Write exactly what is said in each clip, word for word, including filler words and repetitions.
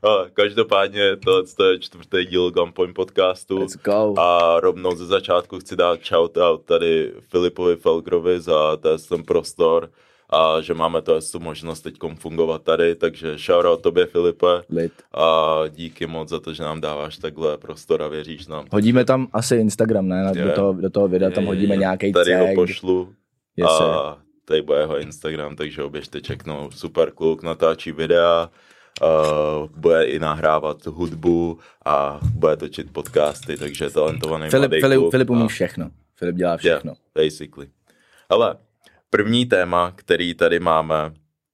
Ale každopádně tohle je čtvrtý díl Gunpoint podcastu. Let's go. A rovnou ze začátku chci dát shoutout tady Filipovi Felgrovi za ten prostor a že máme to tu možnost teď fungovat tady, takže shoutout tobě, Filipe. Lit. A díky moc za to, že nám dáváš takhle prostor a věříš nám. Hodíme tam asi Instagram, ne? Do toho, do toho videa tam hodíme nějaký tady tag. Tady ho pošlu yes, a tady bude jeho Instagram, takže oběžte čeknout. Super kluk, natáčí videa, uh, bude i nahrávat hudbu a bude točit podcasty, takže talentovaný Filip, mladý Filip, kluk. Filip umí a... všechno. Filip dělá všechno. Yeah, basically. Ale první téma, který tady máme,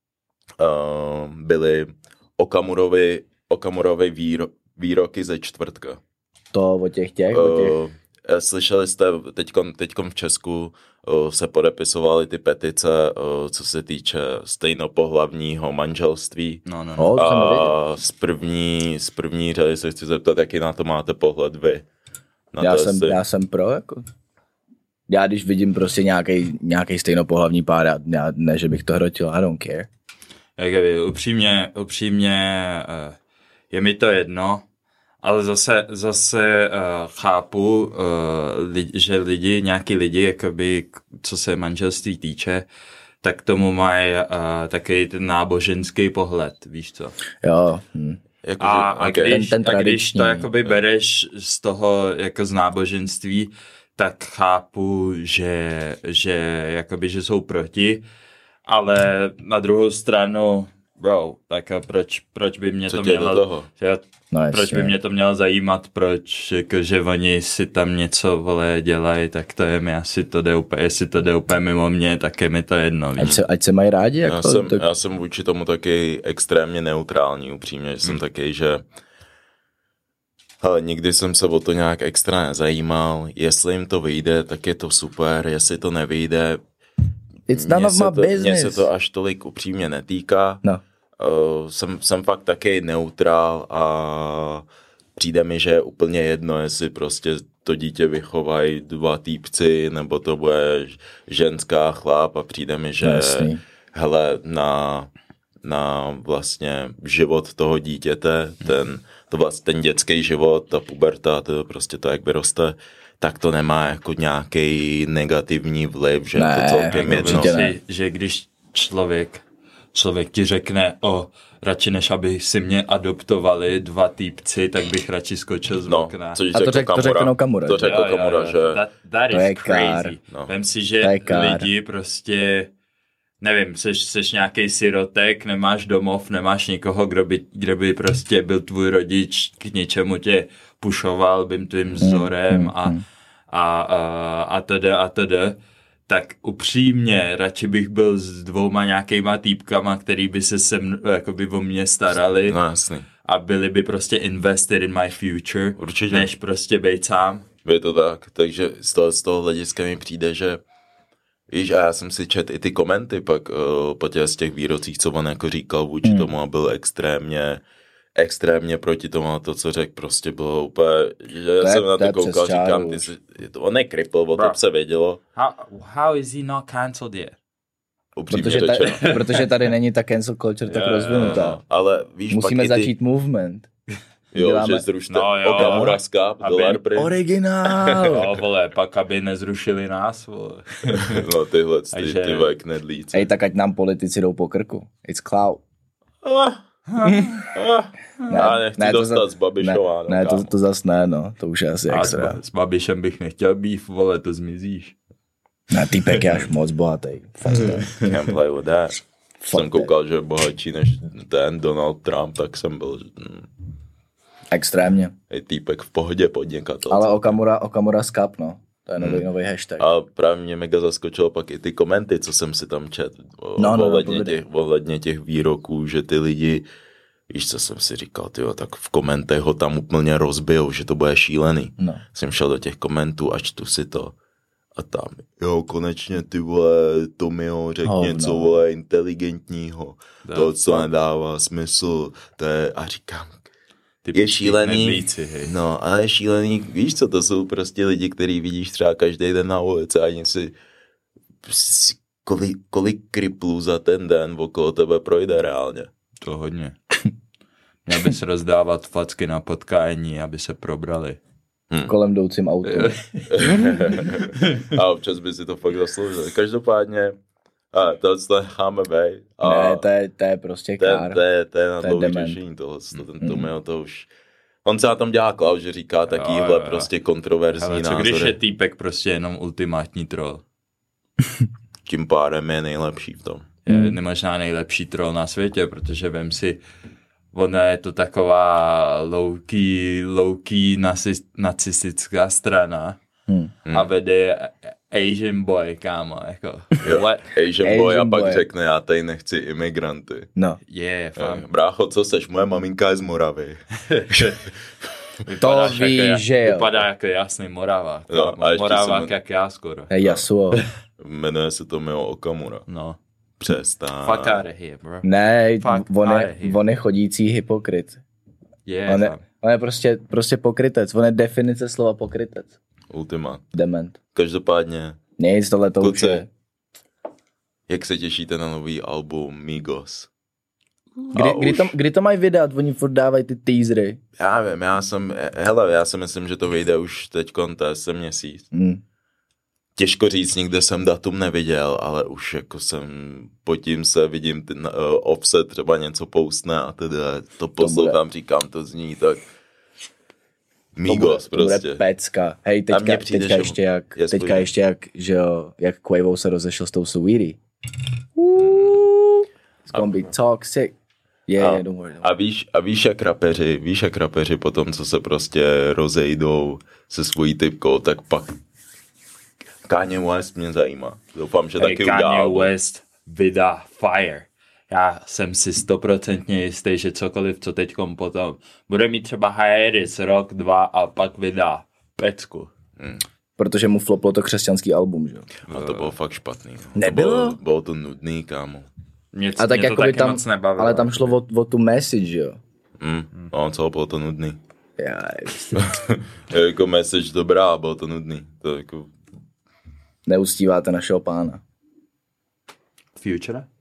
uh, byly Okamurovi, Okamurovi výro, výroky ze čtvrtka. To o těch těch? O těch... Uh, slyšeli jste, teďkom, teďkom v Česku uh, se podepisovaly ty petice, uh, co se týče stejnopohlavního manželství. No, no, no. A z první, z první řady se chci zeptat, jaký na to máte pohled vy. Na Já, to jsem, jestli... já jsem pro, jako... Já když vidím prostě nějaký, nějaký stejnopohlavní pár, já, ne, že bych to hrotil, I don't care. Jak upřímně, upřímně je mi to jedno, ale zase, zase uh, chápu, uh, li, že lidi, nějaký lidi, jakoby, co se manželství týče, tak tomu mají uh, takový ten náboženský pohled, víš co? Jo. Hm. Jako, a, a, okay. když, ten, ten a když to jakoby jo. bereš z toho jako z náboženství, tak chápu, že, že, jakoby, že jsou proti, ale na druhou stranu, bro, tak a proč, proč by mě co to mělo, mělo, do toho? Že, No, proč by mě to mělo zajímat, proč, jako, že oni si tam něco, vole, dělají, tak to je mi asi to jde úplně, jestli to jde úplně mimo mě, tak je mi to jedno, ať se, ať se mají rádi, jako... Já jsem, tak... já jsem vůči tomu taky extrémně neutrální, upřímně, že jsem hmm. taky, že ale nikdy jsem se o to nějak extra nezajímal, jestli jim to vyjde, tak je to super, jestli to nevyjde, It's none of my to, business. Mně se to až tolik upřímně netýká. No. Uh, jsem, jsem fakt taky neutrál a přijde mi, že je úplně jedno, jestli prostě to dítě vychovají dva týpci, nebo to bude ženská chlap a přijde mi, že Jasný. hele, na, na vlastně život toho dítěte, ten, to vlastně ten dětský život, ta puberta, to prostě to, jak vyroste, tak to nemá jako nějaký negativní vliv, že ne, to celkem jedno. Si, že když člověk, člověk ti řekne, o, radši než aby si mě adoptovali dva týpci, tak bych radši skočil z no, okna. Což a to řekl Kamura. Kamura. To řekl Kamura, že... That, that to is crazy. No. Vem si, že lidi prostě, nevím, seš, seš nějaký sirotek, nemáš domov, nemáš nikoho, kdo by, kdo by prostě byl tvůj rodič, k něčemu tě pušoval, bym tvým vzorem mm, a, mm. a, a, a teda a teda. Tak upřímně, radši bych byl s dvouma nějakýma týpkama, který by se se mnou, jakoby o mě starali. No jasný. A byli by prostě invested in my future. Určitě. Než prostě bejt sám. Je to tak, takže z toho, z toho hlediska mi přijde, že víš, a já jsem si čet i ty komenty pak uh, po těch z těch výrocích, co on jako říkal vůči hmm. tomu a byl extrémně extrémně proti tomu a to, co řekl, prostě bylo úplně, že já jsem na to koukal, říkám, ty jsi, to on je kripl, o tom se vědělo. How, how is he not cancelled yet? Upřímně protože, řečeno. Ta, protože tady není ta cancel culture tak rozvinutá. No, ale víš, musíme pak začít ty... movement. Jo, děláme... že zrušte no, jo, Okamura Scap, dolar print. Originál. No, vole, pak aby nezrušili nás, vole. No, tyhle, ty, Takže... ty vole, knedlíci. Ej, tak ať nám politici jdou po krku. It's clout. Ah. Ne, já nechci ne, dostat za, z Babišova. Ne, ne to, to zas ne, no. To už je asi a extra. S, s Babišem bych nechtěl být, vole, to zmizíš. Ne, týpek je až moc bohatý. Can't play with that. Jsem koukal, že je bohatší než ten Donald Trump, tak jsem byl... Hm. Extrémně. Je týpek v pohodě podnikatel. Ale Okamura, Okamura Scap, no. To je nový, hmm. nový hashtag. A právě mě mega zaskočilo pak i ty komenty, co jsem si tam čet no, no, ohledně, no, těch, ohledně těch výroků, že ty lidi, víš, co jsem si říkal, tyjo, tak v komentech ho tam úplně rozbil, že to bude šílený. No. Jsem šel do těch komentů a čtu si to. A tam, jo, konečně ty vole, Tomio, řekl oh, něco, no. vole, inteligentního. That's to, co nedává smysl. To je, a říkám, Ty je šílený, nedlíci, no, ale je šílený, víš co, to jsou prostě lidi, který vidíš třeba každý den na ulici a ani si, kolik, kolik kriplů za ten den okolo tebe projde reálně. To hodně. Měl bys rozdávat facky na potkání, aby se probrali. Hmm. Kolem jdoucím autem. A občas by si to fakt zasloužil. Každopádně, a to je Háme Bay. Ne, to je, to je prostě kár. To je, to je na dlouhé řešení tohle. To, ten Tomio to už... On se na tom dělá Klaus, že říká takýhle jo, jo, jo. prostě kontroverzní ale co názory. když je týpek prostě jenom ultimátní troll? Tím pádem je nejlepší v tom. Je hmm. možná nejlepší troll na světě, protože vem si, ono je to taková low-key, low-key nacistická strana hmm. a vede Asian boy, kámo, jako. Asian, Asian boy a pak boy. Řekne, já tady nechci imigranty. No. Yeah, fakt. Brácho, co seš? Moje maminka je z Moravy. To víš, že jo. Vypadá jako jasný Moravák. No, Moravák jak já skoro. Jasuo. Jmenuje se to Tomio Okamura. No. Přestán. Fuck out of here, bro. Ne, on je, on je chodící hypokryt. Yeah, on, je, on je prostě, prostě pokrytec. On je definice slova pokrytec. Ultimát. Dement. Každopádně. Nic, tohle to už je. Jak se těšíte na nový album Migos? Kdy, kdy, to, kdy to mají vydat? Oni furt dávají ty teasery. Já vím, já jsem, hele, já si myslím, že to vyjde už teďkon, to je se měsíc. Mm. Těžko říct, nikde jsem datum neviděl, ale už jako jsem, potím se, vidím ty uh, Offset třeba něco postne a teda to poslouchám, říkám, to zní tak Migos to bude, prostě. To bude pecka. Hej, teďka, přijde, teďka, ještě, jak, teďka ještě jak, že jo, jak Quavo se rozešel s tou Saweetie. It's gonna be toxic. Yeah, a, yeah, don't worry. Don't a víš, a víš jak rapeři, víš jak rapeři potom, co se prostě rozejdou se svojí typkou, tak pak Kanye West mě zajímá. Doufám, že hey, taky Kanye udělá. Kanye West vydá Fire. Já jsem si stoprocentně jistý, že cokoliv, co teďkom potom bude mít třeba hiatus rok, dva a pak vydá pecku. Hmm. Protože mu floplo to křesťanský album, že jo? A to bylo fakt špatný. Nebylo? To bylo, bylo to nudný, kámo. Mě, a tak mě jako to taky tam, moc nebavilo. Ale tam šlo o, o tu message, jo? Mm, no, co, bylo to nudný. Já, jako message dobrá, bylo to nudný. To jako... Neustíváte našeho pána. Future?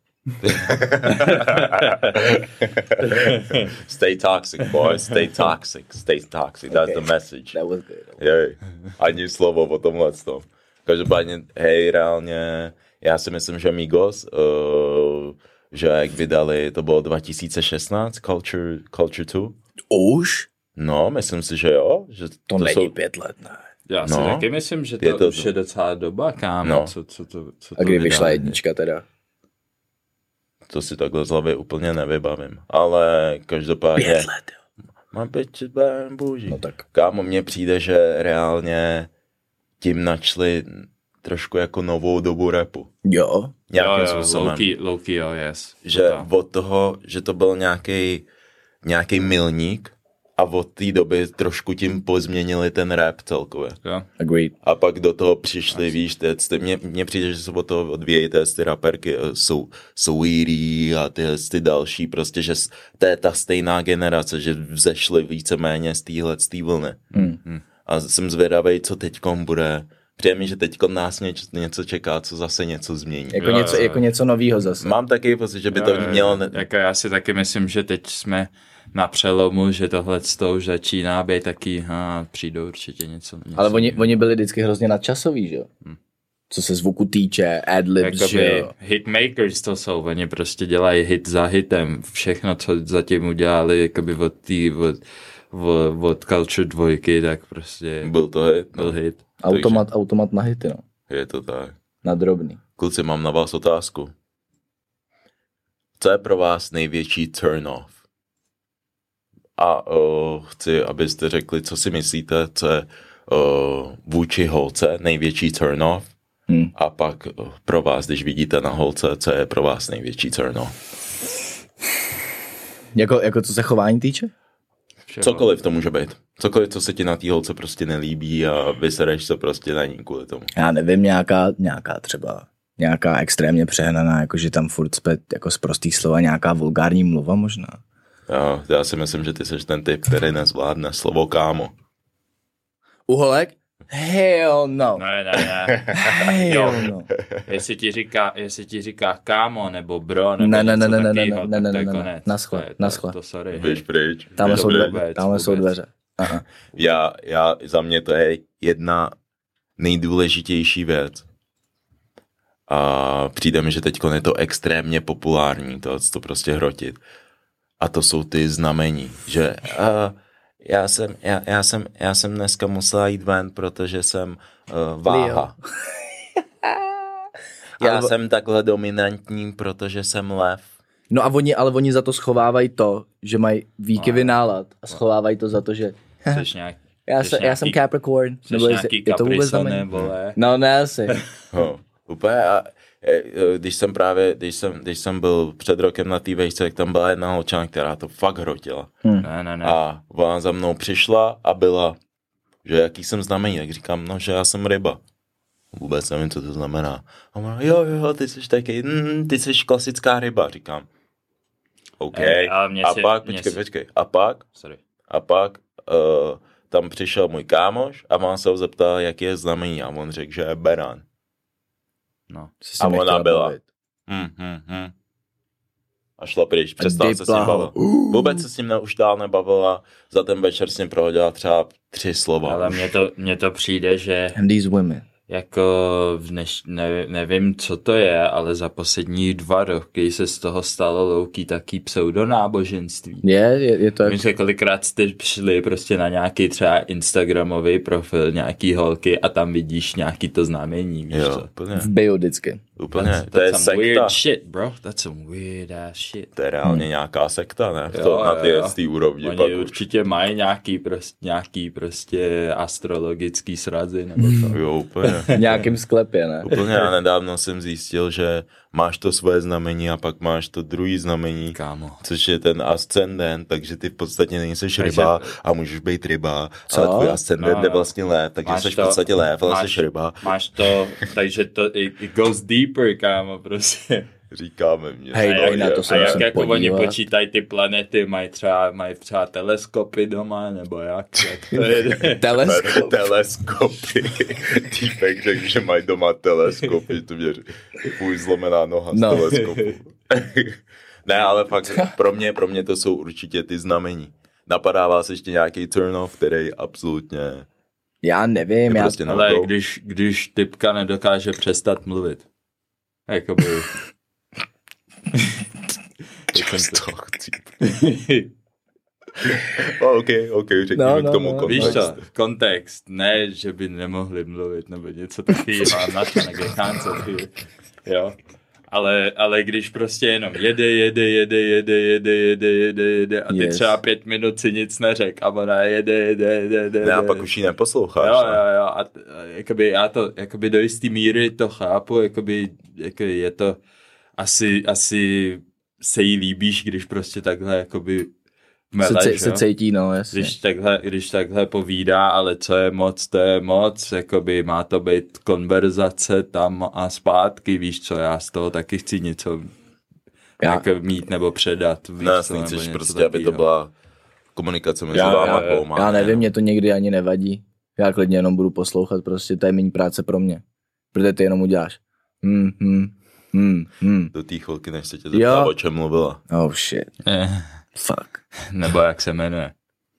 Stay toxic, boy. Stay toxic. Stay toxic. That's okay. The message. That was good. Jej. Ani slovo o tomhle tom. Každopádně, hej, reálně, já si myslím, že Migos, uh, že jak vydali, to bylo dva tisíce šestnáct, Culture, Culture dva. Už? No, myslím si, že jo. Že to, to není jsou... pět let, ne. Já si no, taky myslím, že to, je to už je docela doba, kámo. No. Co, co to, co a kdy to vyšla jednička teda? To si takhle z hlavy úplně nevybavím. Ale každopádně... Pět let, jo. Mám pět let, boží. No tak. Kámo, mně přijde, že reálně tím načli trošku jako novou dobu rapu. Jo. Nějakým jo, jo, způsobem. low-key, low-key, jo, yes. Že od toho, že to byl nějaký nějaký milník a od té doby trošku tím pozměnili ten rap celkově. Yeah. Agreed. A pak do toho přišli, yes. víš, mně, mně přijde, že se od toho odvíjejí ty raperky, jsou Saweetie a ty, ty další, prostě, že to je ta stejná generace, že vzešly víceméně z téhle z té vlny. Mm. A jsem zvědavej, co teďkom bude. Přijde mi, že teďkom nás něco, něco čeká, co zase něco změní. Jako, jo, něco, jo. jako něco novýho zase. Mám taky pocit, že by jo, to jo, mělo... Ne... Jako já si taky myslím, že teď jsme na přelomu, že tohle už začíná být taky, ha, přijdou určitě něco. něco Ale oni, oni byli vždycky hrozně nadčasoví, že jo? Hmm. Co se zvuku týče, adlibs, Jakoby že jo? Hitmakers to jsou, oni prostě dělají hit za hitem. Všechno, co zatím udělali, jakoby od tý, od, od, od Culture dvojky, tak prostě... Byl to hit. Byl no. hit. Automat, Takže automat na hity, no. Je to tak. Na drobný. Kluci, mám na vás otázku. Co je pro vás největší turn off? A uh, chci, abyste řekli, co si myslíte, co je uh, vůči holce největší turn off. Hmm. A pak uh, pro vás, když vidíte na holce, co je pro vás největší turn off. Jako, jako co se chování týče? Všeho. Cokoliv to může být. Cokoliv, co se ti na té holce prostě nelíbí a vysereš se prostě na ní kvůli tomu. Já nevím, nějaká, nějaká třeba, nějaká extrémně přehnaná, jakože tam furt zpět jako z prostých slova nějaká vulgární mluva možná. Já, já si myslím, že ty jsi ten typ, který nezvládne slovo kámo. U holek? Hell no. Ne, ne, ne. Hell no. Jestli ti říká, jestli ti říká kámo, nebo bro, nebo Ne, ne, něco ne, ne, ne, takovýho, ne, ne, tak to je ne, ne, konec. naschle, To je- to- naschle. To sorry. Běž pryč. Tamhle Běž jsou, pryč. dveře, tamhle jsou dveře. Aha. Já, já, za mě to je jedna nejdůležitější věc. A přijde mi, že teď je to extrémně populární, to, to prostě hrotit. A to jsou ty znamení, že uh, já, jsem, já, já, jsem, já jsem dneska musela jít ven, protože jsem uh, váha. Já Ale- jsem takhle dominantní, protože jsem lev. No a oni, ale oni za to schovávají to, že mají výkyvy nálad a schovávají to za to, že Jsi nějak, já, jsi jsem, já jsem nějaký- Capricorn. jsi Nebo je, nějaký je to vůbec Caprisone, znamení? vole. No ne asi. No, úplně. A, e, e, když jsem právě, když jsem, když jsem byl před rokem na té vejce, tak tam byla jedna holčina, která to fakt hrotila. Ne, ne, ne. A ona za mnou přišla a byla, že jaký jsem znamení, tak říkám, no, že já jsem ryba. Vůbec nevím, co to znamená. A ona, jo, jo, ty jsi taky, mm, ty jsi klasická ryba, říkám. OK. Ej, ale mě A si- pak, mě počkej, si- počkej, a pak, Sorry. a pak uh, tam přišel můj kámoš a on se ho zeptal, jaký je znamení a on řekl, že je beran. No. Jsi A si ona nechtěla byla. bavit. Hmm, hmm, hmm. A šla pryč, přestala se s ním Dipla. bavit. Vůbec se s ním ne, už dál nebavila, za ten večer s ním prohodila třeba tři slova. Ale už. mně to, mně to přijde, že And these women. jako v dneš, ne, nevím, co to je, ale za poslední dva roky se z toho stalo louký taký pseudonáboženství. Je, je, je to Vím, jak... že kolikrát jste šli prostě na nějaký třeba instagramový profil nějaký holky a tam vidíš nějaký to znamení, víš Jo, co? úplně, v bio vždycky. úplně, That's, to je that's some sekta. weird shit, bro. That's some weird ass shit. To je reálně nějaká sekta, ne? V Jo, to, na jo, ty, jo. z té úrovni. Oni Pak už. určitě mají nějaký, prostě, nějaký prostě astrologický srazy nebo to. Jo, úplně. V nějakém sklepě, ne? Úplně a nedávno jsem zjistil, že máš to svoje znamení a pak máš to druhý znamení, Kámo. což je ten ascendent, takže ty v podstatě nejseš Takže- ryba a můžeš být ryba, Co? ale tvůj ascendent No, je jo. vlastně lev, takže Máš jsi v to- podstatě lev, ale máš- jsi ryba. Máš to, takže to, it, it goes deeper, kámo, prostě. Říkáme mě. Hej, a no, jak, na to a se jak musím jako oni podívat. počítají ty planety, mají třeba, mají třeba teleskopy doma, nebo jak, jak to je? Teleskop. Teleskopy. Týpek řekl, že mají doma teleskopy, to mě tvůj zlomená noha z No. teleskopu. Ne, ale fakt pro mě, pro mě to jsou určitě ty znamení. Napadá vás ještě nějaký turn-off, který absolutně Já nevím, je já... prostě Ale no-go? když, když typka nedokáže přestat mluvit. Jakoby... Co z toho chci? Oh, OK, OK, řekni No, mi no, k tomu no. kontext. Víš co, kontext, ne, že by nemohli mluvit, nebo něco takového, na to negechánce, jo. Ale, ale když prostě jenom jede, jede, jede, jede, jede, jede, jede, jede a ty Yes. třeba pět minut si nic neřek a ona jede, jede, jede, jede. Ne, a pak už ji neposloucháš. Jo, ne? jo, jo, a, t- a jakoby já to, jakoby do jistý míry to chápu, jakoby, jako je to, asi, asi se jí líbíš, když prostě takhle, jakoby, meleš, se, jo? se cítí, no, jasně. Když takhle, když takhle povídá, ale co je moc, to je moc, jakoby má to být konverzace tam a zpátky, víš co, já z toho taky chci něco Já- jako mít nebo předat, víš Ne, co, nebo chceš něco prostě, aby to takovýho. byla komunikace mezi Já- váma já- já- dvouma. Já nevím, ne, mě to někdy ani nevadí. Já klidně jenom budu poslouchat, prostě to je méně práce pro mě. Protože ty jenom uděláš. Hmm, hmm, hmm, hmm. Do té chvilky, než se tě zeptá, Jo. o čem mluvila. Oh shit, Eh, fuck. nebo jak se jmenuje.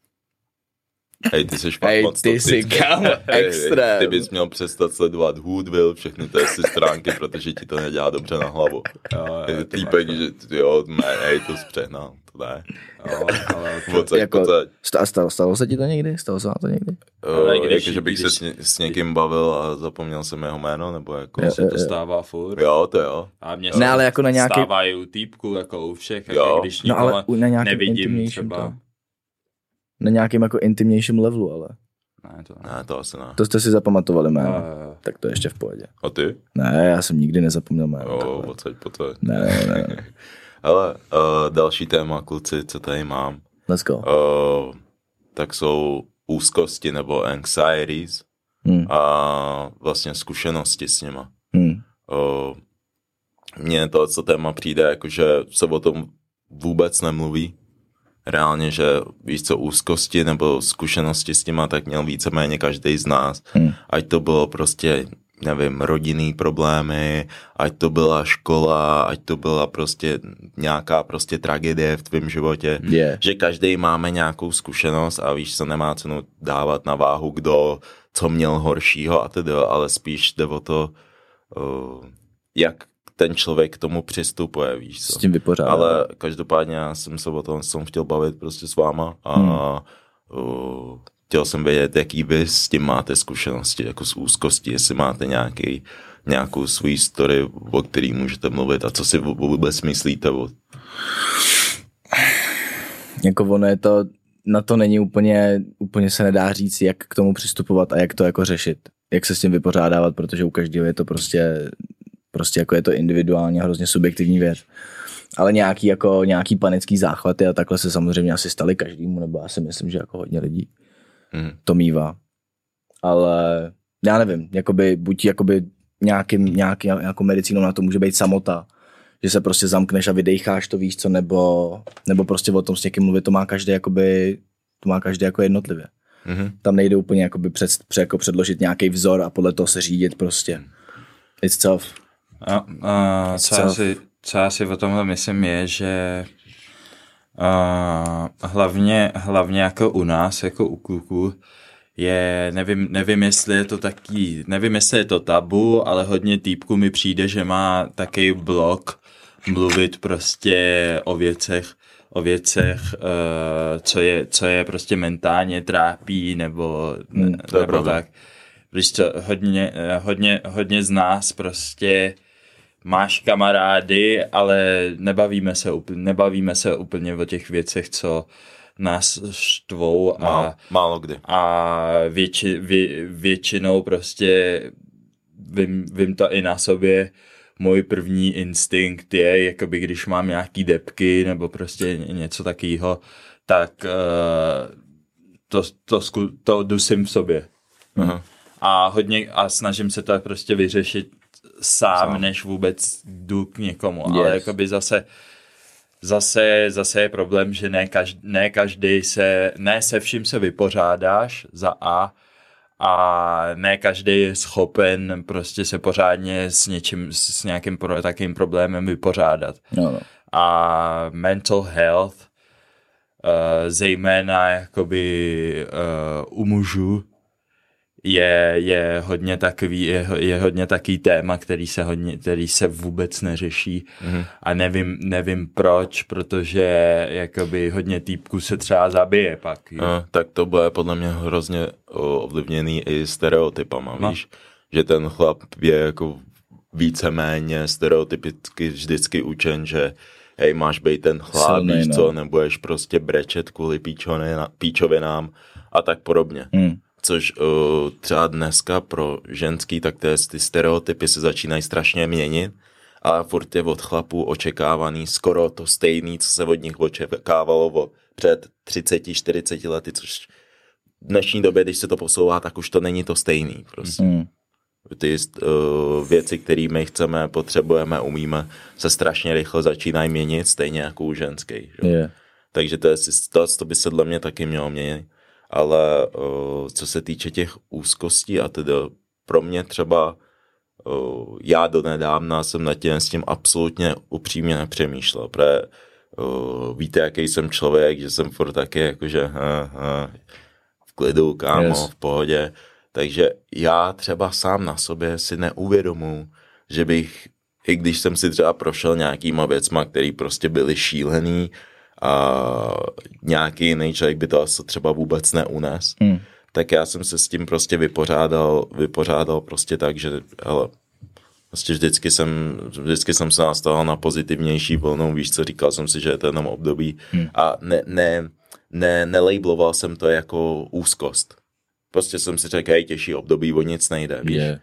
Hej, ty jsi fakt Hej, moc ty jsi, toxický. kámo, Hej, extrém. Ty bys měl přestat sledovat Hoodville, všechny ty si stránky, protože ti to nedělá dobře na hlavu. Jo, jo, Hej, ty Týpek, máš že jo, ne, hej, to zpřehnal, to ne. to. Jo, ale Pocať, Jako- pocať. Sta- Stalo, stalo se ti to někdy? Stalo se vám to někdy? Ale Uh, když- jako, že bych když- se s, ně, s někým bavil a zapomněl jsem jeho jméno, nebo jako... Jo, se to stává furt. Jo, to jo. A mě Ne, se ale jako na nějaký- stává i u týpků, jako u všech, Jo. jako když No nikoho ale u- na nějakém nevidím intimnějším třeba. to. Na nějakém jako intimnějším levelu, ale. Ne, to ne. Ne, to asi ne. To jste si zapamatovali jméno. Jo, jo, jo. Tak to je ještě v pohodě. A ty? Ne, já jsem nikdy nezapomněl jméno. Jo, takhle. pocať, pocať. Ne, ne, ne, ne. Ale uh, další téma, kluci, co tady mám, Let's go. uh, tak jsou úzkosti nebo anxieties Hmm. a vlastně zkušenosti s nima. Hmm. Uh, mně to, co téma přijde, jakože se o tom vůbec nemluví. reálně, že víš co, úzkosti nebo zkušenosti s těma, tak měl víceméně každý z nás. Hmm. Ať to bylo prostě, nevím, rodinný problémy, ať to byla škola, ať to byla prostě nějaká prostě tragédie v tvém životě. Yeah. Že každý máme nějakou zkušenost a víš co, nemá cenu dávat na váhu, kdo co měl horšího a tedy, ale spíš jde o to, uh, jak ten člověk k tomu přistupuje, víš co. S tím vypořádá. Ale každopádně já jsem se o tom jsem chtěl bavit prostě s váma a hmm. uh, chtěl jsem vědět, jaký vy s tím máte zkušenosti, jako s úzkostí, jestli máte nějaký, nějakou svůj story, o který můžete mluvit a co si vůbec myslíte o... Jako ono je to, na to není úplně, úplně se nedá říct, jak k tomu přistupovat a jak to jako řešit, jak se s tím vypořádávat, protože u každého je to prostě, prostě jako je to individuálně hrozně subjektivní věc. Ale nějaký, jako, nějaký panický záchvaty a takhle se samozřejmě asi staly každému, nebo já si myslím, že jako hodně lidí hmm. to mívá. Ale já nevím, jakoby, buď jakoby nějakým, nějaký, nějakou medicínou na to může být samota, že se prostě zamkneš a vydejcháš to, víš co, nebo, nebo prostě o tom s někým mluvit, to má každý jakoby, to má každý jako jednotlivě. Mm-hmm. Tam nejde úplně jakoby před, před, jako předložit nějaký vzor a podle toho se řídit prostě. It's tough. A, a, co, já si, co já si o tomhle myslím je, že a, hlavně, hlavně jako u nás, jako u kluků, je, nevím, nevím, jestli je to taký, nevím, jestli je to tabu, ale hodně týpků mi přijde, že má takový blok mluvit prostě o věcech, o věcech, uh, co je, co je prostě mentálně trápí, nebo, hmm, nebo tak. Víš co, hodně, hodně, hodně z nás prostě máš kamarády, ale nebavíme se úplně, nebavíme se úplně o těch věcech, co nás štvou a málo, málo kdy. A větši, vě, většinou prostě vím, vím to i na sobě. Můj první instinkt je, jakoby když mám nějaký depky nebo prostě něco takového, tak uh, to, to, to, to dusím v sobě. Aha. A hodně a snažím se to prostě vyřešit sám, sám. než vůbec jdu k někomu. Yes. Ale jakoby zase Zase, zase je problém, že ne každý, ne každý se, ne se vším se vypořádáš za A a ne každý je schopen prostě se pořádně s něčím, s nějakým pro, takým problémem vypořádat. No, no. A mental health, uh, zejména jakoby uh, u mužů, je, je hodně takový, je, je hodně takový téma, který se hodně, který se vůbec neřeší mm-hmm. a nevím, nevím proč, protože jakoby hodně týpků se třeba zabije pak. No, tak to bude podle mě hrozně ovlivněný i stereotypama, no. Víš, že ten chlap je jako víceméně stereotypicky vždycky učen, že hej, máš být ten chlap, Silný, víš no. co, nebudeš prostě brečet kvůli píčovinám a tak podobně. Mm. Což uh, třeba dneska pro ženský, tak ty, ty stereotypy se začínají strašně měnit a furt je od chlapů očekávaný skoro to stejný, co se od nich očekávalo o před třiceti čtyřiceti lety, což v dnešní době, když se to posouvá, tak už to není to stejný. Prostě. Mm. Ty uh, věci, které my chceme, potřebujeme, umíme, se strašně rychle začínají měnit, stejně jako u ženský. Yeah. Takže to, je, to, to by se dle mě taky mělo měnit. Ale uh, co se týče těch úzkostí a teda pro mě třeba uh, já donedávna jsem nad tím s tím absolutně upřímně nepřemýšlel, protože uh, víte, jaký jsem člověk, že jsem furt taky jakože uh, uh, v klidu, kámo, yes. v pohodě, takže já třeba sám na sobě si neuvědomuji, že bych, i když jsem si třeba prošel nějakýma věcma, které prostě byly šílený, a nějaký jiný člověk by to asi třeba vůbec neunes, hmm. tak já jsem se s tím prostě vypořádal, vypořádal prostě tak, že hele, prostě vždycky jsem, vždycky jsem se nastavil na pozitivnější vlnu, víš co, říkal jsem si, že je to jenom období hmm. a ne, ne, ne, nelabloval jsem to jako úzkost. Prostě jsem si řekl, hej, těžší období, o nic nejde, víš. Yeah.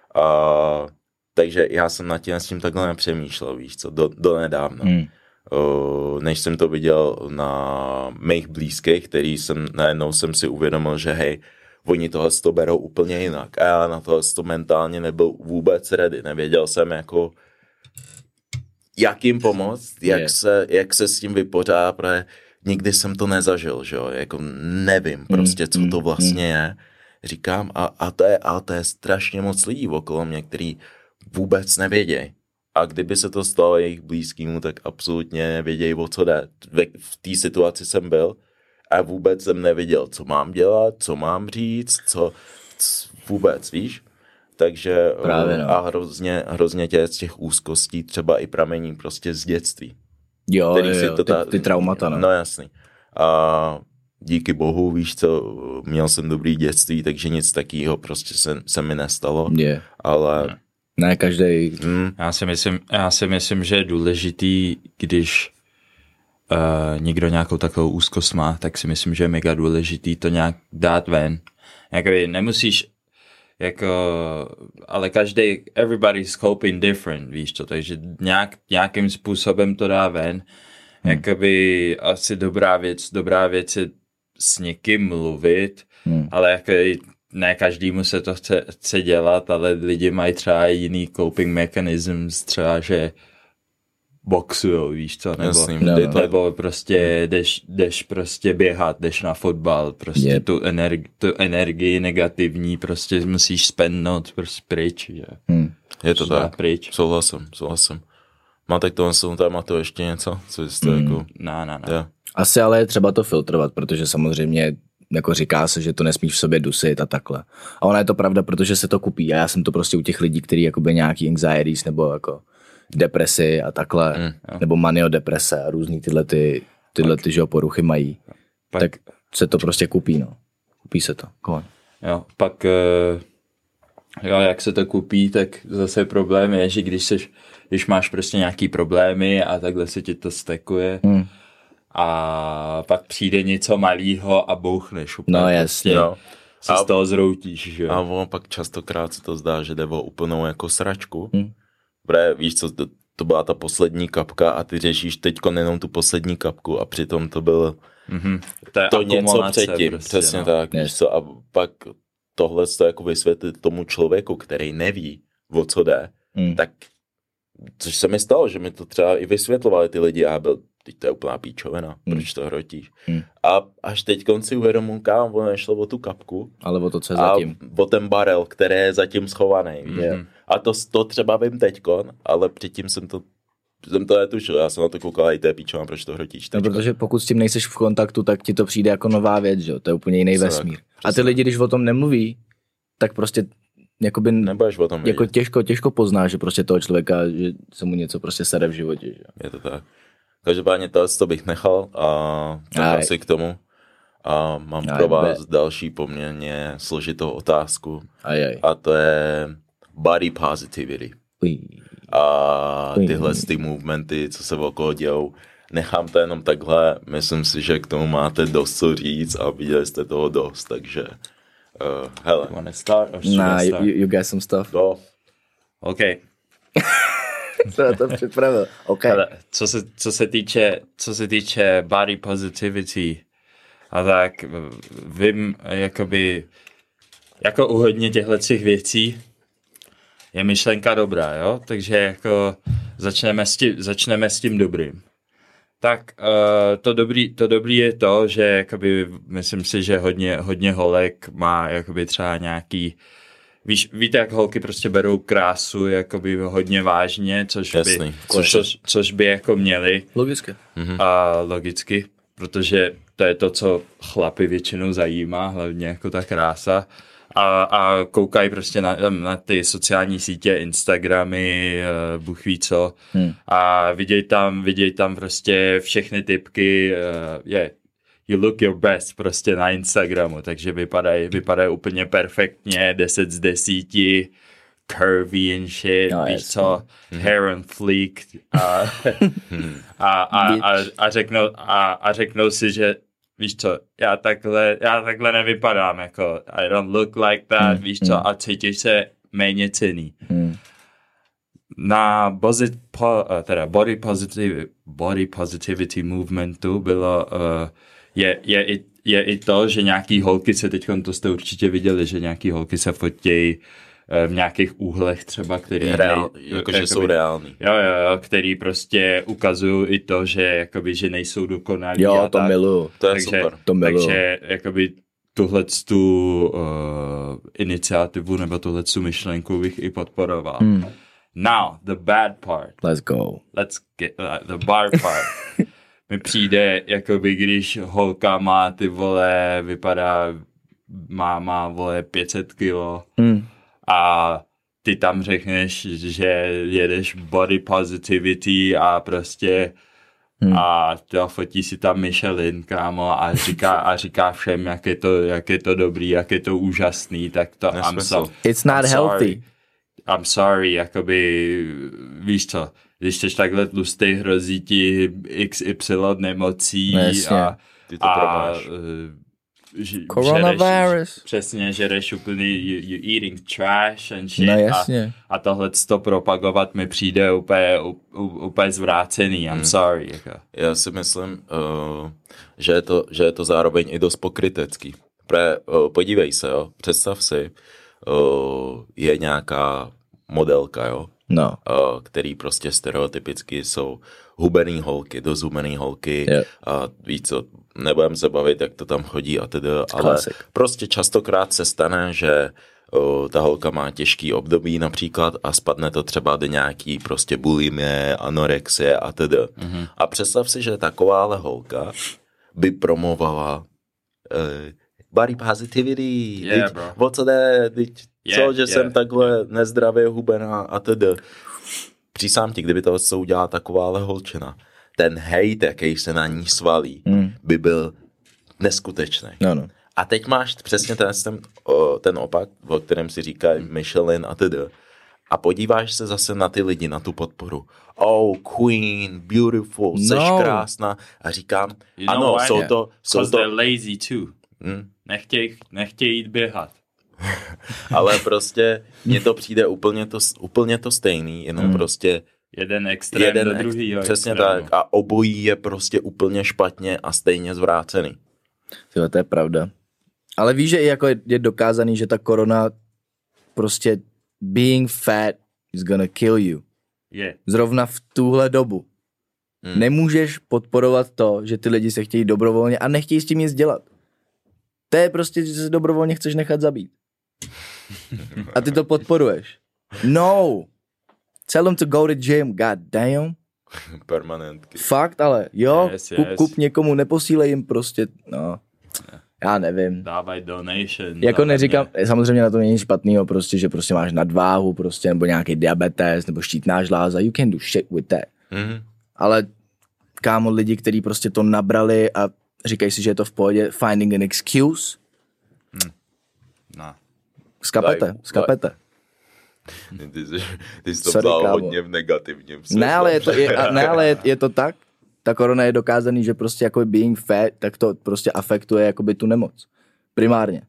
A, takže já jsem nad tím s tím takhle nepřemýšlel, víš co, do, do nedávna. Hmm. Uh, než jsem to viděl na mých blízkých, který jsem, najednou jsem si uvědomil, že hej, oni tohle to berou úplně jinak a já na tohle to mentálně nebyl vůbec ready, nevěděl jsem jako jak jim pomoct, jak, yeah. se, jak se s tím vypořádat, protože nikdy jsem to nezažil, že jo, jako nevím prostě, co to vlastně je. Říkám, a, a, to je, a to je strašně moc lidí okolo mě, který vůbec nevědějí. A kdyby se to stalo jejich blízkýmu, tak absolutně nevědějí, o co jde. V té situaci jsem byl a vůbec jsem nevěděl, co mám dělat, co mám říct, co, co vůbec, víš? Takže Právě, no. A hrozně, hrozně tě z těch úzkostí třeba i pramení prostě z dětství. Jo, který jo, si jo to ta, ty, ty traumata, no. No jasný. A díky bohu, víš co, měl jsem dobrý dětství, takže nic takého prostě se, se mi nestalo. Je. Ale... Ne, každý. Hmm. Já si myslím, já si myslím, že je důležitý, když uh, někdo nějakou takovou úzkost má, tak si myslím, že je mega důležitý to nějak dát ven. Jakoby nemusíš jako, ale každý, everybody's coping different, víš to, takže nějak, nějakým způsobem to dá ven. Hmm. Jakoby asi dobrá věc, dobrá věc je s někým mluvit, hmm. ale jako ne každému se to chce, chce dělat, ale lidi mají třeba jiný coping mechanisms, třeba, že boxujou, víš co, nebo, Jasný, no, no. nebo prostě jdeš, jdeš prostě běhat, jdeš na fotbal, prostě yep. tu, energi, tu energii negativní prostě musíš spendnout prostě pryč, že? Hmm. Je to Šla tak, pryč. souhlasím, souhlasím. Máte k tomu svým tématu ještě něco? Co jste hmm. jako... No, no, no. Yeah. Asi ale je třeba to filtrovat, protože samozřejmě jako říká se, že to nesmíš v sobě dusit a takhle. A ona je to pravda, protože se to kupí. A já jsem to prostě u těch lidí, kteří jakoby nějaký anxieties nebo jako depresi a takhle, mm, nebo maniodeprese a různý tyhle ty, tyhle ty, že poruchy mají. Pak, tak se to prostě kupí, no. Kupí se to. Come on. Jo, pak jo, jak se to kupí, tak zase problém je, že když, seš, když máš prostě nějaký problémy a takhle se ti to stekuje, mm. a pak přijde něco malýho a bouchneš úplně. No jasně. Prostě se a, z toho zroutíš, že? A ono pak častokrát se to zdá, že jde o úplnou jako sračku. Hmm. Bre, víš co, to, to byla ta poslední kapka a ty řešíš teďko jenom tu poslední kapku a přitom to bylo mm-hmm. to, to něco předtím. Prostě, přesně no. tak. Yes. Víš co, a pak tohle to jako vysvětlit tomu člověku, který neví, o co jde, hmm. tak což se mi stalo, že mi to třeba i vysvětlovali ty lidi a já byl, teď to je úplná píčovina, hmm. proč to hrotíš. Hmm. A až teď konci uvědomuji, kam ono nešlo o tu kapku, ale o to, co je zatím. A o ten barel, který je zatím schovaný. Hmm. A to, to třeba vím teďkon, ale předtím jsem to jsem to netušil, já jsem na to koukal, i to je píčovina, proč to hrotíš. No, protože pokud s tím nejseš v kontaktu, tak ti to přijde jako nová věc, že? To je úplně jiný vesmír. A ty lidi, když o tom nemluví, tak prostě jakoby, nebudeš o tom jako těžko, těžko poznáš, že prostě toho člověka, že se mu něco prostě sere v životě. Že? Je to tak. Každopádně to, to bych nechal a tak asi k tomu. A mám aj, pro vás be. další poměrně složitou otázku. Aj, aj. A to je body positivity. Uj. A tyhle ty movementy, co se okolo dějou, nechám to jenom takhle. Myslím si, že k tomu máte dost co říct a viděli jste toho dost, takže uh, hele. You wanna start or nah, start? You, you got some stuff. Go. OK. to to připravil. Okay. Ale co se, co se týče, co se týče body positivity, a tak vím, jakoby, jako u hodně těchto těch věcí je myšlenka dobrá, jo? Takže jako začneme s tím, začneme s tím dobrým. Tak uh, to, dobrý, to dobrý je to, že jakoby, myslím si, že hodně, hodně holek má jakoby třeba nějaký, víš, víte, jak holky prostě berou krásu jakoby hodně vážně, což Jasný. by, což, což, což by jako měli. Logicky. Mm-hmm. A logicky, protože to je to, co chlapy většinou zajímá, hlavně jako ta krása. A, a koukají prostě na, na ty sociální sítě, Instagramy, uh, Bůh ví co. Hmm. A vidějí tam, vidějí tam prostě všechny typky, uh, yeah, you look your best prostě na Instagramu, takže vypadají, vypadají úplně perfektně, deset z desíti, curvy and shit, no, víš co, mm-hmm. hair on fleek. A, a, a, a, a, řeknou, a, a řeknou si, že víš co, já takhle, já takhle nevypadám, jako I don't look like that, mm, víš co, mm. a cítíš se méně cenný. Mm. Na bozit, po, teda body, positive, body positivity movementu bylo, uh, je, je, i, je i to, že nějaký holky se teď, to jste určitě viděli, že nějaký holky se fotějí v nějakých úhlech třeba, který... Reál, nej, jakože jakoby, jsou reální. Jo, jo, jo, který prostě ukazují i to, že jakoby, že nejsou dokonalí. Jo, a to tak. miluju. To je takže, super. To miluju. Takže jakoby tuhle tu uh, iniciativu nebo tuhle tu myšlenku bych i podporoval. Hmm. Now, the bad part. Let's go. Let's get uh, the bar part. Mi přijde, jakoby když holka má ty vole, vypadá, má, má vole pět set kilo Hmm. a ty tam řekneš, že jedeš body positivity a prostě hmm. a to fotí si tam Michelin, kámo, a říká, a říká všem, jak je to, jak je to dobrý, jak je to úžasný, tak to I'm so, It's not I'm healthy. Sorry. I'm sorry, jakoby, víš co, když jsi takhle tlustý, hrozí ti iks ypsilon nemocí Jasně. a, Ty to a promáš. ž, Coronavirus. žereš, přesně, žereš úplný, you, you eating trash and shit. No a, jasně. a tohle to propagovat mi přijde úplně, úplně zvrácený, I'm Hmm. sorry. Jako. Já si myslím, uh, že, je to, že je to zároveň i dost pokrytecký. Pre, uh, podívej se, jo, představ si, uh, je nějaká modelka, jo, No. uh, který prostě stereotypicky jsou hubený holky, dost hubený holky Yeah. a víš co, nebudem se bavit, jak to tam chodí a tedy, ale Classic. prostě častokrát se stane, že uh, ta holka má těžký období například a spadne to třeba do nějaký prostě bulimie, anorexie a tedy. Mm-hmm. A představ si, že takováhle holka by promovala uh, body positivity, Yeah, teď, bro. o co jde, teď, Yeah, co, že yeah, jsem takhle yeah. nezdravě hubená a tedy. Přísám ti, kdyby to co udělala takováhle holčina, ten hejt, jaký se na ní svalí, Mm. by byl neskutečný. No, no. A teď máš přesně ten, ten, o, ten opak, o kterém si říkají Michelin a tedy. A podíváš se zase na ty lidi, na tu podporu. Oh, queen, beautiful, seš No. krásná. A říkám, You know ano, why? jsou Yeah. to, jsou Because to, they're lazy too. hm, Nechtějí, nechtějí jít běhat. ale prostě mně to přijde úplně to, úplně to stejný, jenom Mm. prostě Jeden extrém jeden, do ex- druhého. přesně extrému. tak. A obojí je prostě úplně špatně a stejně zvrácený. Tyhle, to je pravda. Ale víš, že i jako je, je dokázaný, že ta korona prostě being fat is gonna kill you. Je. Zrovna v tuhle dobu. Hmm. Nemůžeš podporovat to, že ty lidi se chtějí dobrovolně a nechtějí s tím nic dělat. To je prostě, že se dobrovolně chceš nechat zabít. A ty to podporuješ. No. Tell them to go to gym. God damn. Permanentky. Fakt, ale jo, Yes, kup, yes. kup někomu, neposílej jim prostě, no. Já nevím. Dávaj donation. Jako dávaj neříkám, mě. samozřejmě na to není špatnýho prostě, že prostě máš nadváhu prostě, nebo nějaký diabetes, nebo štítná žláza, you can do shit with that. Mhm. Ale kámo, lidi, kteří prostě to nabrali a říkají si, že je to v pohodě, finding an excuse, No. skapete, Daj- skapete. Ty jsi, ty jsi to Sorry, vzal kámo. hodně v negativním světle. Ne, ale je to, je, a- ne, ale je, je to tak, ta korona je dokázaný, že prostě jako being fat, tak to prostě afektuje jakoby tu nemoc. Primárně.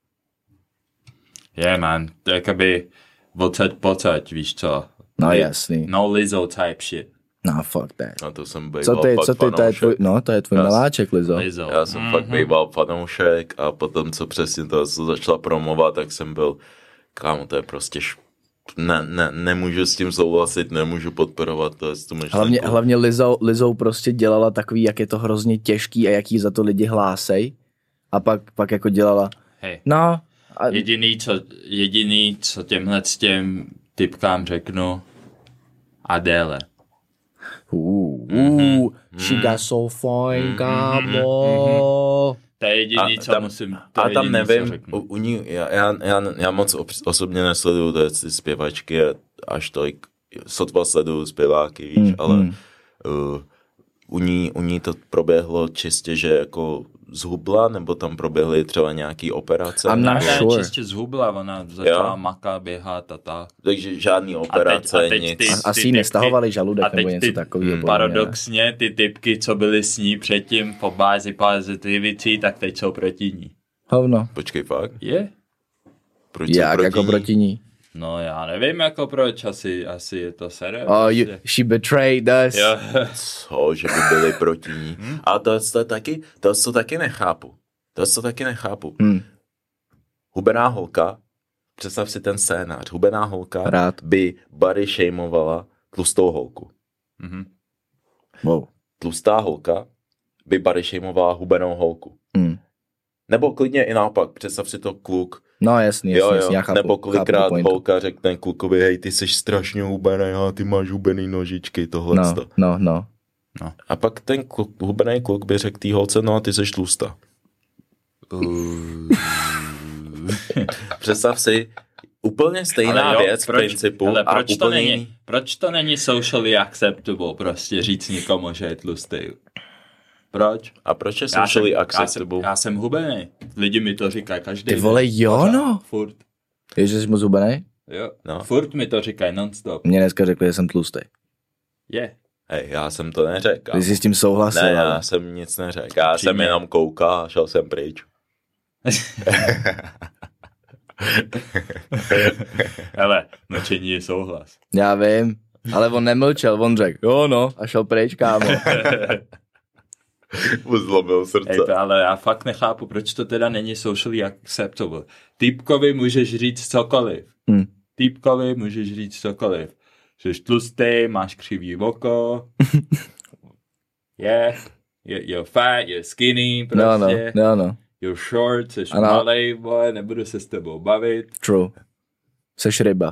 Yeah, man. To je jakoby odsaď pocať, víš co. No Li- jasný. No Lizzo type shit. No fuck that. A to jsem bejval Co ty, pak co ty, to je fanoušek. tvůj, no to je tvůj Já- miláček, Lizo. Lizzo. Já jsem mm-hmm. fakt bejval fanoušek a potom, co přesně to co začala promovat, tak jsem byl, kámo, to je prostě š... ne, ne, nemůžu s tím souhlasit, nemůžu podporovat to, tu myšlenku. Hlavně, hlavně Lizou, Lizou prostě dělala takový, jak je to hrozně těžký a jaký za to lidi hlásej. A pak, pak jako dělala, Hej. no, a, Jediný, co, jediný, co těmhle s těm typkám řeknu, Adele. uh, uh, she got so fine, kámo. To je jediný, A co tam- musím, to A je tam jediný, co nevím, řeknu. u, u ní, já, já, já, já moc obs- osobně nesleduju ty ty zpěvačky až tolik, sotva sleduju zpěváky, víš, Mm, ale mm. uh, u, ní, u ní to proběhlo čistě, že jako zhubla, nebo tam proběhly třeba nějaký operace. I'm not Ne, ne, sure. čistě zhubla, ona začala Jo. makat, běhat a tak. Takže žádný operace, a teď nic. ty- A- Asi jí nestahovali žaludek a teď nebo něco ty- takového. mm, podle mě, ne? Paradoxně, ty typky, co byly s ní předtím po bázi positivity, tak teď jsou proti ní. Hovno. Počkej, fakt? Je? Proč jsou Jak proti jako ní? proti ní? No já nevím jako proč, asi, asi je to sere. Oh, you, prostě. she betrayed us. Jo. Co, že by byli proti ní? A to, to taky, to, to taky nechápu. To, to taky nechápu. Hmm. Hubená holka představ si ten scénář. Hubená holka Rád. by body shameovala tlustou holku. Mhm. Wow. Tlustá holka by body shameovala hubenou holku. Mm. Nebo klidně i naopak, představ si to kluk. No jasný, jasný, Jo, jasný, jo. já chápu, Nebo chápu kolikrát pointu. holka řekne klukovi, hej, ty jsi strašně hubený, a ty máš hubený nožičky, tohle. No, no, no. A pak ten kluk, hubený kluk by řekl té holce, no a ty jsi tlustá. Představ si, úplně stejná Ale jo, věc proč, v principu. ale a proč, to úplně není, jiný. proč to není socially acceptable prostě říct někomu, že je tlustý? Proč? A proč je Já socially jsem, acceptable? já jsem, já jsem hubený. Lidi mi to říkají každý Ty vole, den. jo, Pořád, no. Furt. Je, že jsi moc hubenej? Jo. No. Furt mi to říkají non-stop. Mně dneska řekli, že jsem tlustý. Je. Hej, já jsem to neřekl. Ty jsi s tím souhlasil. Ne, já ale- jsem nic neřekl. Já Upřímně. jsem jenom koukal a šel jsem pryč. Hele, mlčení je souhlas. Já vím, ale on nemlčel, on řekl, jo no, a šel pryč, kámo. Uzlomil srdce. Ej, to, ale já fakt nechápu, proč to teda není socially acceptable. Týpkovi můžeš říct cokoliv. Hm. Týpkovi můžeš říct cokoliv. Jsi tlustý, máš křivý oko. Yeah, you're, you're fat, you're skinny, No, no, prostě. no, no, You're short, jsi Ano. malej, boy, nebudu se s tebou bavit. true. Seš ryba.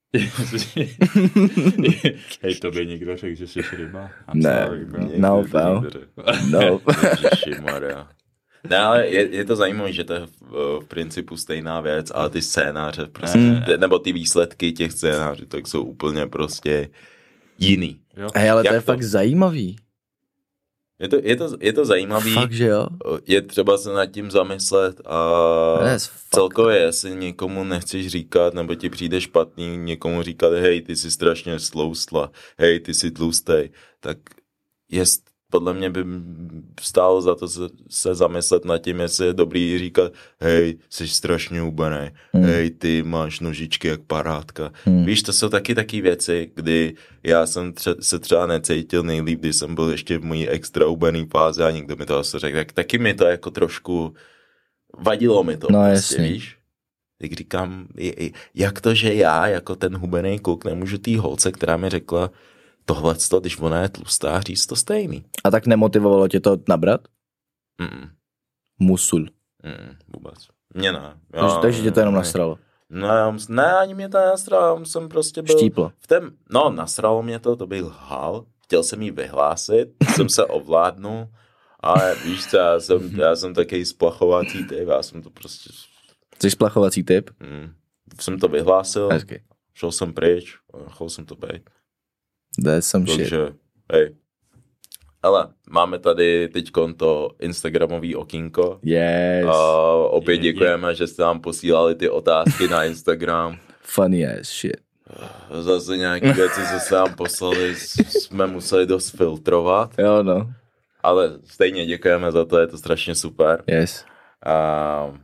Hej, to by někdo řekl, že jsi ryba. I'm Ne. sorry, bro. Někdo No, to pal. někdo řekl. No. Ježišimarja. Ne, ale je, je to zajímavé, že to je v, v principu stejná věc, ale ty scénáře, prostě, Ne. nebo ty výsledky těch scénářů, tak jsou úplně prostě jiný. Jo. Hej, ale to Jak je to? fakt zajímavý. Je to, je to, je to zajímavý, Fakt, že jo? je třeba se nad tím zamyslet a Yes, fuck. celkově, jestli někomu nechceš říkat, nebo ti přijde špatný někomu říkat, hej, ty jsi strašně sloustla, hej, ty jsi tlustej, tak je, podle mě by stálo za to se, se zamyslet nad tím, jestli je dobrý říkat, hej, jsi strašně hubený, Hmm. hej, ty máš nožičky jak parádka. Hmm. Víš, to jsou taky taky věci, kdy já jsem tře- se třeba necítil nejlíp, když jsem byl ještě v mojí extra hubený fázi a někdo mi to asi řekl, tak taky mi to jako trošku vadilo mi to, No, prostě, jasně. víš? Jak říkám, je- je- jak to, že já jako ten hubený kluk nemůžu tý holce, která mi řekla tohleto, když ona je tlustá, říct to stejný. A tak nemotivovalo tě to nabrat? Mm, Musul. mm, vůbec. Mě ne. Takže, takže tě to jenom ne. nasralo. Ne, ne, ani mě to nenastralo, já jsem prostě byl... Štíplo. V tém, no, nasralo mě to, to bych lhal, chtěl jsem jí vyhlásit, jsem se ovládnul, ale víš co, já jsem, já jsem takový splachovací typ, já jsem to prostě, Jsi splachovací typ? hm, jsem to vyhlásil, Hezky. šel jsem pryč, nechal jsem to být, That's some shit. takže, hej. Ale máme tady teď to instagramový okýnko, Yes. a opět Je- je- děkujeme, že jste nám posílali ty otázky na Instagram. Funny as shit. Zase nějaké věci, co se nám poslali, jsme museli dost filtrovat, Jo, no. ale stejně děkujeme za to, je to strašně super. Yes. A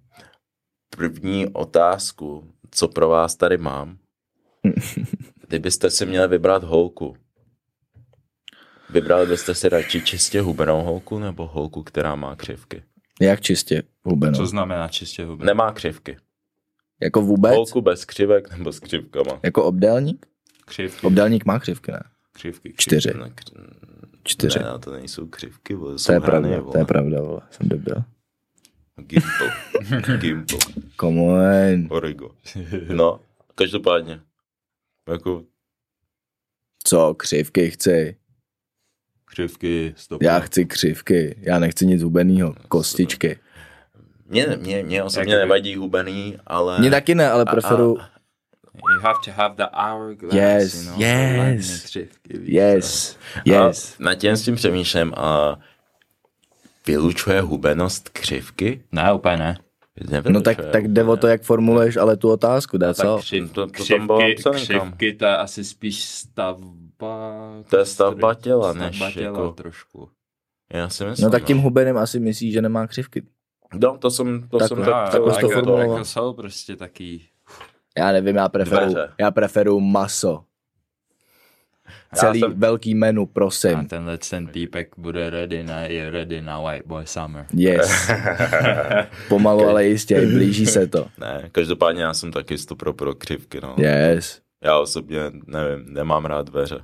první otázku, co pro vás tady mám, kdybyste si měli vybrat holku, vybrali byste si radši čistě hubenou holku nebo holku, která má křivky? Jak čistě hubenou? Co znamená čistě hubený? Nemá křivky. Jako vůbec? Holku bez křivek nebo s křivkama? Jako obdélník? Křivky. Obdélník má křivky, ne? Křivky. Čtyři. Ne, kř- Čtyři. Ne, to nejsou křivky, vole, To jsou je hrany, pravda, vole. to je pravda, vole. Jsem debil. Gimple. Gimple. Come on. Origo. No, každopádně. Jako, Co, křivky chci? Křivky, stop. Já chci křivky. Já nechci nic hubenýho. Kostičky. mě, mě, mě osobně Jak- nevadí hubený, ale... Mně taky ne, ale A- preferu... a- You have to have the hourglass, Yes, you know, yes. hlavně křivky, víš Yes. co. Yes. A nad tím s tím přemýšlím a vylučuje hubenost křivky? Ne, úplně ne. Nevylučuje No tak, tak jde o to, jak formuluješ ale tu otázku, dá Tak co? křiv, To- to tam bylo křivky, napsaný, kam. křivky, to je asi spíš stavba... To je stavba těla, stavba než těla jako- trošku. Já si myslím, No tak tím hubeným asi myslíš, že nemá křivky. No, to jsem, to Tak- jsem No, tak, takhle jsi to jako, formuloval. jako jsou prostě taký... Já nevím, já preferu, Dveře. já preferu maso. Celý jsem... velký menu, prosím. A tenhle ten týpek bude ready na, je ready na White Boy Summer. Yes. Pomalu, ale jistě, blíží se to. Ne, každopádně já jsem taky sto pro pro křivky, no. Yes. Já osobně, nevím, nemám rád dveře.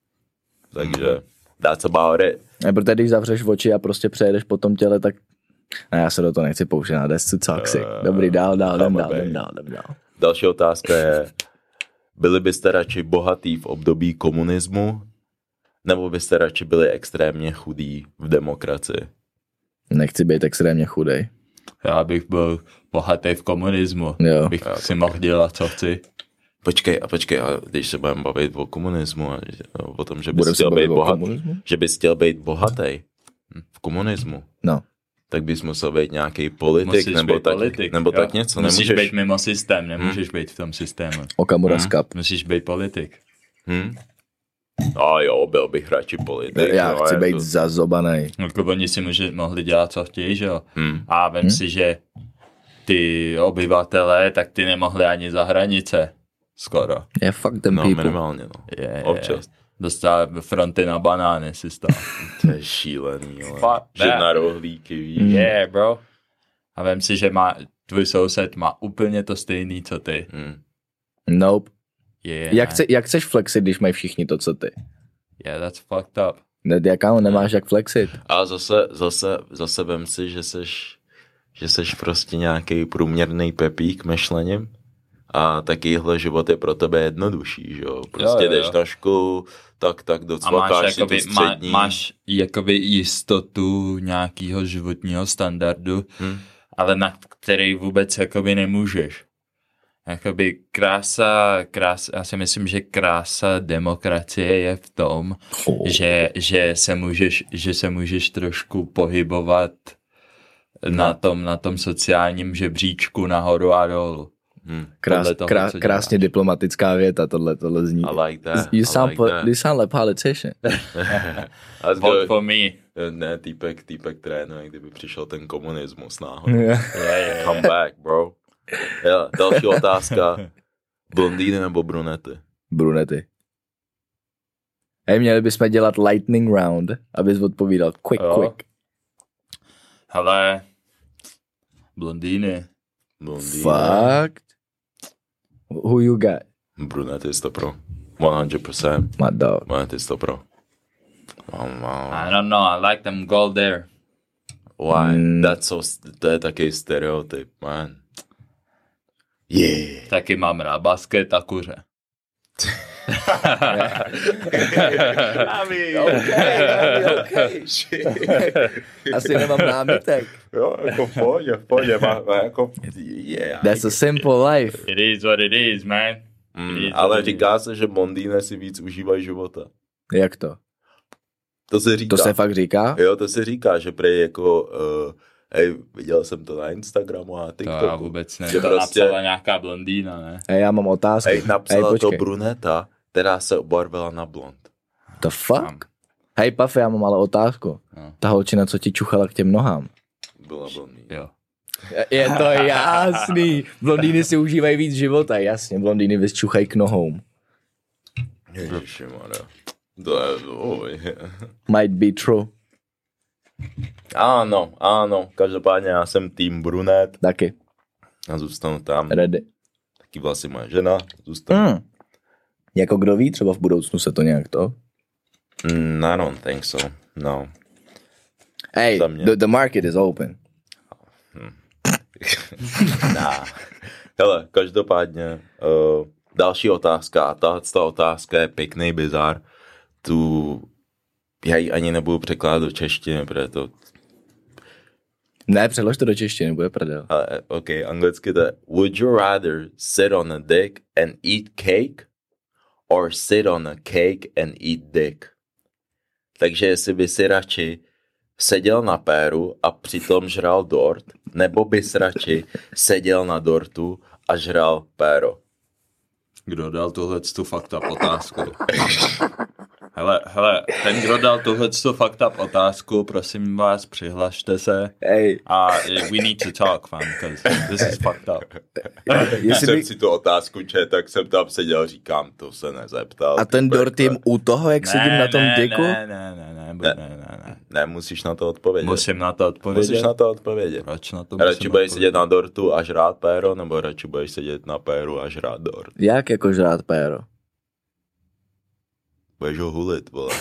Takže, that's about it. A protože když zavřeš oči a prostě přejedeš po tom těle, tak... Ne, já se do toho nechci pouštět, na descu toxic. Dobrý, dál, dál, jdem dál, jdem dál, jdem dál. Další otázka je, byli byste radši bohatý v období komunismu, nebo byste radši byli extrémně chudí v demokracii? Nechci být extrémně chudej. Já bych byl bohatý v komunismu. Jo. Bych si mohl dělat, co chci. Počkej, a počkej, a když se budeme bavit o komunismu, a o tom, že bys Budeme se chtěl být bavit o bohatý, komunismu? že bys chtěl být bohatý v komunismu, No. tak bys musel být nějaký politik, Musíš nebo, být tak, politik. nebo jo. tak něco. Musíš Nemůžeš... být mimo systém, nemůžeš hmm. být v tom systému. Okamura skap. Musíš být politik. Hmm? A jo, byl bych radši politik. Já no, chci být to... zazobanej. Jako oni si může, mohli dělat, co chtějí, že jo? Hmm. A vem Hmm. si, že ty obyvatelé, tak ty nemohli ani za hranice. Skoro. Yeah, fuck them No, people. minimálně, no. Je, je. Občas. Dostal fronty na banány si stál. To je šílený, ale. Fuck Že that. na rohlíky, víš. Mm. Yeah, bro. A vem si, že má, tvůj soused má úplně to stejný, co ty. Hmm. Nope. Yeah, Jak, man. chce, jak chceš flexit, když mají všichni to, co ty? Yeah, that's fucked up. Ne, jaká nemáš jak flexit? A zase, zase, zase vem si, že seš, že seš prostě nějaký průměrný pepík myšlením a takovýhle život je pro tebe jednodušší, že jo? Prostě Jo, jo, jo. jdeš na školu, tak, tak A máš, docvakáš si tu jakoby, má, střední. máš jakoby jistotu nějakého životního standardu, Hm? ale na který vůbec jakoby nemůžeš. Jakoby krása, krása, já si myslím, že krása demokracie je v tom, Oh. že, že, se můžeš, že se můžeš trošku pohybovat na tom, na tom sociálním žebříčku nahoru a dolů. Hm. Krás, podle toho, krá, co krásně děláš. diplomatická věta, tohle, tohle zní. I like that. You I sound, like po, that. you sound like politician. Let's Vote go. for me. Ne, týpek, týpek trénuje, kdyby přišel ten komunismus náhodou. Yeah, yeah, Come back, bro. Jo, další otázka. Blondýny nebo brunety? Brunety. Hej, měli bychom dělat lightning round, abys odpovídal quick, Jo. quick. Hele, blondýny. Blondýny. Fakt? Who you got? Brunety sto pro. one hundred percent. My dog. Brunety sto pro. Wow, wow. I don't know, I like them gold there. Why? Mm. That's so, to je takový stereotyp, man. Yeah. Taky mám rád basket a kuře. I mean, Okay, okay. Asi nemám námitek. Jo, jako v pohodě, v pohodě, má, má jako, yeah. That's a simple life. It is what it is, man. Mm, It is ale what it říká se, že blondýny si víc užívají života. Jak to? To se říká. To se fakt říká? Jo, to se říká, že prej jako, uh, hej, viděl jsem to na Instagramu a To TikToku. já vůbec ne. Že To prostě- napsala nějaká blondýna, ne? Hej, já mám otázku. Hej, napsala Hej, to počkej. bruneta, která se obarvila na blond. The fuck? Hej, Puffy, já mám ale otázku. No. Ta holčina, co ti čuchala k těm nohám. Byla blondýna. Jo. Je to jasný. Blondýny si užívají víc života, jasně. Blondýny vysčuchají k nohou. Ježišmarja. To je, oh, yeah. Might be true. Ano, ano, každopádně já jsem tým brunet Taky. a zůstanu tam. Ready. Taky vlastně moje žena, zůstanu. Hmm. Jako kdo ví, třeba v budoucnu se to nějak to. Mm, I don't think so, no. Hey, Za mě. the, the market is open. Nah. Hele, každopádně uh, další otázka a tahle ta otázka je pěkný bizar. Tu já ji ani nebudu překládat do češtiny, protože to Ne, přelož to do češtiny, bude prdel. ale, ok, anglicky to je would you rather sit on a dick and eat cake or sit on a cake and eat dick? Takže jestli by si radši seděl na péru a přitom žral dort, nebo bys radši seděl na dortu a žral péro? Kdo dal tohle tu fakta otázku? Hele, hele, ten, kdo dal tuhleto fucked up otázku, prosím vás, přihlašte se. Ej. A we need to talk, fam, because this is fucked up. Když jsem bych... si tu otázku čet, tak jsem tam seděl, říkám, to se nezeptal. A ten dort jim u toho, jak ne, sedím na tom ne, diku? Ne, ne, ne, ne, ne, ne, ne, ne. Ne, musíš na to odpovědět. Musím na to odpovědět. Musíš na to odpovědět. Proč na to radši budeš sedět na dortu a žrát péro, nebo radši budeš sedět na péru a žrát dort? Jak jako žrát péro? Budeš ho hulit, vole.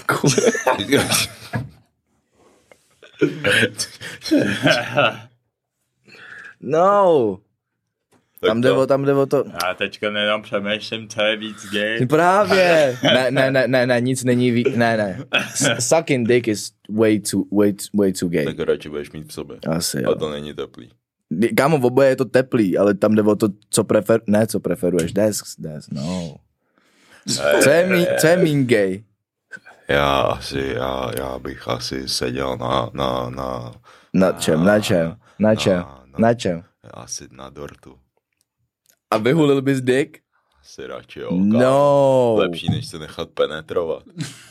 No. Tam jde, o, tam jde o to. Já teďka jenom přemýšlím, co je víc gay. Právě. ne, ne, ne, ne, ne, nic není ví... Ne, ne. Sucking dick is way too, way, way too gay. Tak radši budeš mít v sobě. Asi jo. A to není teplý. Kámo, v oboje je to teplý, ale tam jde o to, co prefer... Ne, co preferuješ. Desk, desk, no. Co je, mí, co je mean gay? Já asi, já, já bych asi seděl na, na, na... Na čem, na čem, na čem, na, na, na čem? Asi na dortu. A vyhulil bys dick? Asi radši jo. No. Lepší, než se nechat penetrovat.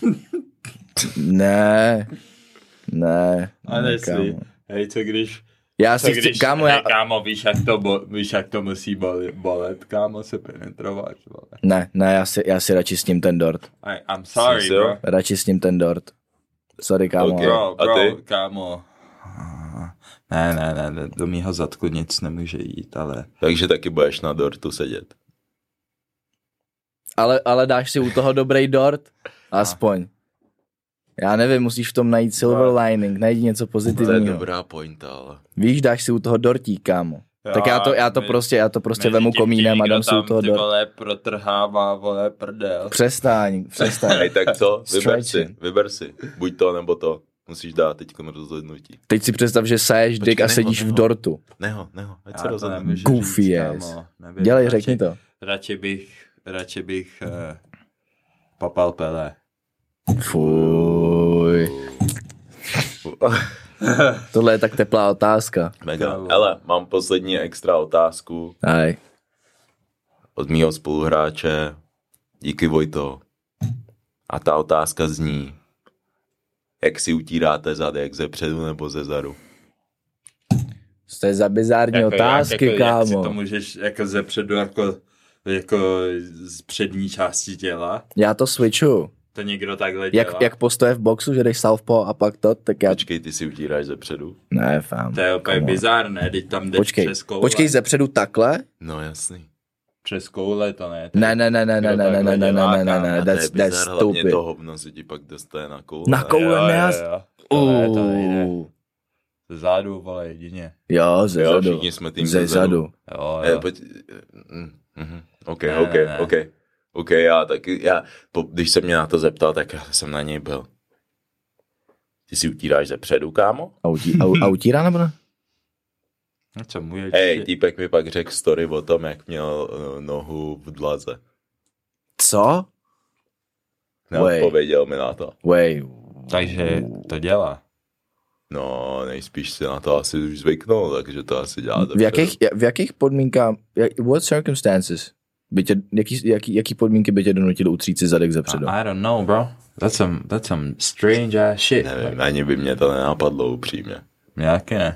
Ne. Ne. Honestly, hej, co když... Já co si když, chci, kámo, hej, já... kámo, víš, jak to, bo, víš, jak to musí bolet, bolet kámo, se penetrovat, vole. Ne, ne, já si, já si radši s ním ten dort. I, I'm sorry, Jsi bro. Radši s ním ten dort. Sorry, kámo. Okay. Bro, A bro, ty? kámo. Ne, ne, ne, ne, do mýho zadku nic nemůže jít, ale... Takže taky budeš na dortu sedět. Ale, ale dáš si u toho dobrý dort? Aspoň. Já nevím, musíš v tom najít silver lining, najít něco To je pozitivního. dobrá pointa, ale... Víš, dáš si u toho dortík, kámo. Jo, tak já to, já to my, prostě, já to prostě vemu komínem a dám si u toho ty dort. vole protrhává, vole, prdel. Přestaň, přestaň. Hej, tak co? Vyber si, Stretching. vyber si. Buď to, nebo to. Musíš dát teď rozhodnutí. Teď si představ, že saješ Počkej, dick a neho, sedíš neho. v dortu. Neho, neho, ať Já se to rozhodne. nemůžu Goofy říct, ass. kámo, nevím, Dělej, radši- řekni to. Radši bych, radši bych uh, papal Pele. Fuj. Tohle je tak teplá otázka. Mega. Hele, mám poslední extra otázku Aj. od mýho spoluhráče. Díky, Vojto. A ta otázka zní, jak si utíráte zadek, ze předu nebo ze zadu? To je za bizární Jako, otázky, jak, jako, jak si kámo. to můžeš jako ze předu, jako, jako z přední části těla? Já to switchu. To někdo takhle dělá? Jak, jak postoje v boxu, že jdeš southpaw a pak to, tak já... Počkej, ty si utíráš ze předu? Ne, fám. To je úplně come on. bizárné, teď tam jdeš Počkej, přes koule. počkej zepředu takhle? No jasný. Přes koule to ne. Ne, ne, ne, ne, ne, Kdo ne, ne, takhle ne, ne, dělá, ne, ne, kámo? ne, A to je that's, bizar, that's hlavně stupid. to hovno si ti pak dostane na koule. Na koule, ne, já... To ne, to nejde. Uh, Zádu, vole, jedině. Jo, ze Jo, zadu. všichni jsme tým Ze ze zadu. zadu. Jo, Eh, jo. pojď, mm, mhm. OK, Ne, OK, ne, ne. OK. OK, já taky, já, po, když se mě na to zeptal, tak já jsem na něj byl. Ty si utíráš ze předu, kámo? A, utí, a, a utírá nebo ne? No co, můj Hej, týpek mi pak řekl story o tom, jak měl uh, nohu v dlaze. Co? Neodpověděl mi na to. Way. Takže to dělá. No, nejspíš si na to asi už zvyknul, takže to asi dělá V jakých, v jakých podmínkách, jak, what circumstances? By tě, jaký, jaký, jaký podmínky by tě donutily utřít si zadek zepředu? I don't know, bro. That's some, that's some strange ass shit. Nevím, ani by mě to nenapadlo upřímně. Nějaké ne.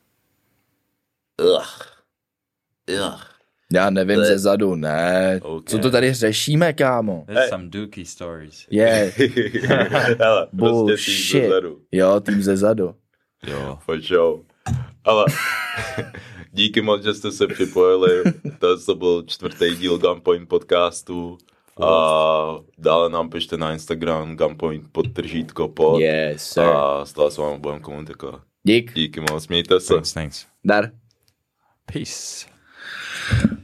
Ugh. Ugh. Já nevím, To je- ze zadu, ne. Okay. Co to tady řešíme, kámo? There's Hey. some dookie stories. Je, Hele, prostě tým bullshit. zezadu. Jo, tým ze zadu. Jo. For show. Ale díky moc, že jste se připojili. To, to byl čtvrtý díl Gunpoint podcastu. A dále nám pište na Instagram Gunpoint podtržítko pod. Yes, sir. A stále s vámi budeme komunikovat. Dík. Díky moc, mějte se. Thanks, thanks. Dar. Peace.